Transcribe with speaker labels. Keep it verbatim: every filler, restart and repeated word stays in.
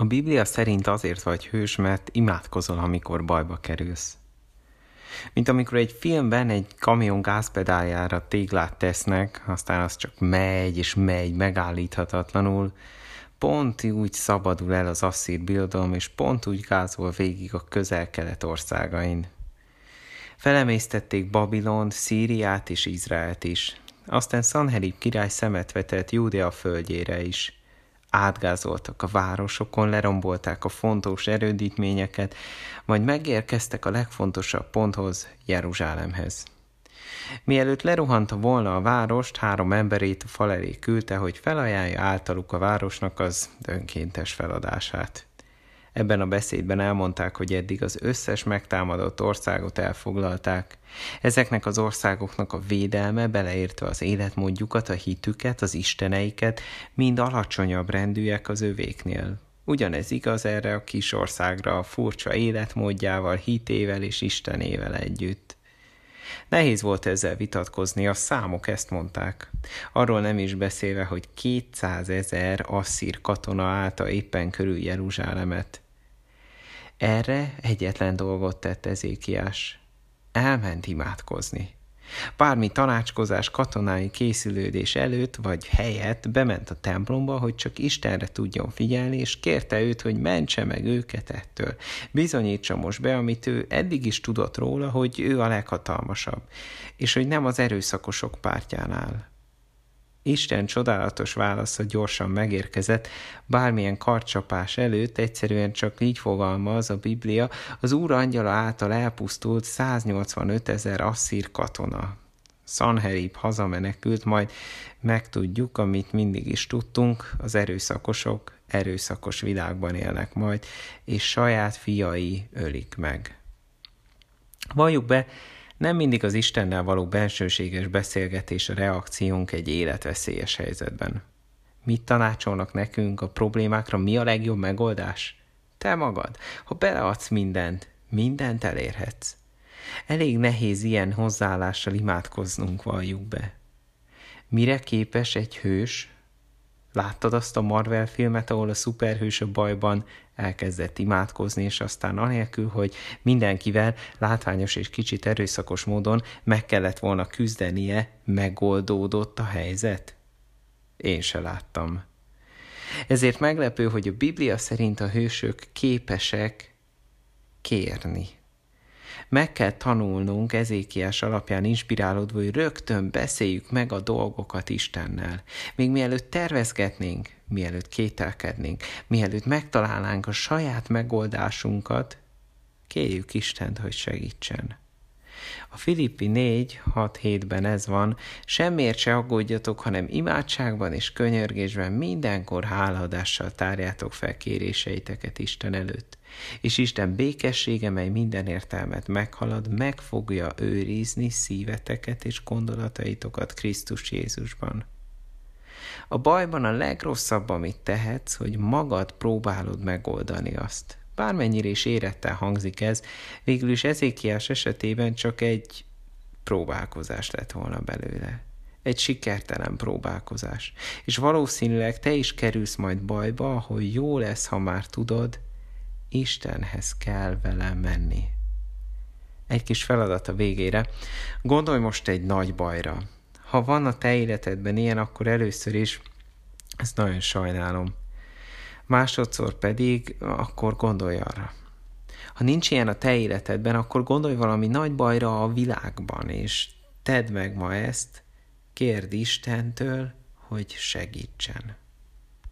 Speaker 1: A Biblia szerint azért vagy hős, mert imádkozol, amikor bajba kerülsz. Mint amikor egy filmben egy kamion gázpedáljára téglát tesznek, aztán az csak megy és megy megállíthatatlanul, pont úgy szabadul el az asszír birodalom, és pont úgy gázol végig a közel-kelet országain. Felemésztették Babilont, Szíriát és Izraelt is. Aztán Szanherib király szemet vetett Júdea földjére is. Átgázoltak a városokon, lerombolták a fontos erődítményeket, majd megérkeztek a legfontosabb ponthoz, Jeruzsálemhez. Mielőtt lerohanta volna a várost, három emberét a fal elé küldte, hogy felajánlja általuk a városnak az önkéntes feladását. Ebben a beszédben elmondták, hogy eddig az összes megtámadott országot elfoglalták. Ezeknek az országoknak a védelme, beleértve az életmódjukat, a hitüket, az isteneiket, mind alacsonyabb rendűek az övéknél. Ugyanez igaz erre a kis országra, a furcsa életmódjával, hitével és istenével együtt. Nehéz volt ezzel vitatkozni, a számok ezt mondták. Arról nem is beszélve, hogy kétszázezer asszír katona állta éppen körül Jeruzsálemet. Erre egyetlen dolgot tett Ezékiás. Elment imádkozni. Bármi tanácskozás, katonái készülődés előtt vagy helyett bement a templomba, hogy csak Istenre tudjon figyelni, és kérte őt, hogy mentse meg őket ettől. Bizonyítsa most be, amit ő eddig is tudott róla, hogy ő a leghatalmasabb, és hogy nem az erőszakosok pártján áll. Isten csodálatos válasza gyorsan megérkezett, bármilyen karcsapás előtt, egyszerűen csak így fogalmaz a Biblia, az Úr angyala által elpusztult száznyolcvanötezer asszír katona. Szanherib hazamenekült, majd megtudjuk, amit mindig is tudtunk, az erőszakosok erőszakos világban élnek majd, és saját fiai ölik meg. Valljuk be, nem mindig az Istennel való bensőséges beszélgetés a reakciónk egy életveszélyes helyzetben. Mit tanácsolnak nekünk a problémákra, mi a legjobb megoldás? Te magad, ha beleadsz mindent, mindent elérhetsz. Elég nehéz ilyen hozzáállással imádkoznunk, valljuk be. Mire képes egy hős? Láttad azt a Marvel filmet, ahol a szuperhős a bajban elkezdett imádkozni, és aztán anélkül, hogy mindenkivel látványos és kicsit erőszakos módon meg kellett volna küzdenie, megoldódott a helyzet? Én se láttam. Ezért meglepő, hogy a Biblia szerint a hősök képesek kérni. Meg kell tanulnunk Ezékiás alapján inspirálódva, hogy rögtön beszéljük meg a dolgokat Istennel. Még mielőtt tervezgetnénk, mielőtt kételkednénk, mielőtt megtalálnánk a saját megoldásunkat, kérjük Istent, hogy segítsen. A Filippi négy hat hétben ez van, semmiért se aggódjatok, hanem imádságban és könyörgésben mindenkor hálaadással tárjátok fel kéréseiteket Isten előtt. És Isten békessége, mely minden értelmet meghalad, meg fogja őrizni szíveteket és gondolataitokat Krisztus Jézusban. A bajban a legrosszabb, amit tehetsz, hogy magad próbálod megoldani azt. Bármennyire is érettel hangzik ez, végül is Ezékiás esetében csak egy próbálkozás lett volna belőle. Egy sikertelen próbálkozás. És valószínűleg te is kerülsz majd bajba, hogy jó lesz, ha már tudod, Istenhez kell vele menni. Egy kis feladat a végére. Gondolj most egy nagy bajra. Ha van a te életedben ilyen, akkor először is, ezt nagyon sajnálom, másodszor pedig, akkor gondolj arra. Ha nincs ilyen a te életedben, akkor gondolj valami nagy bajra a világban, és tedd meg ma ezt, kérd Istentől, hogy segítsen.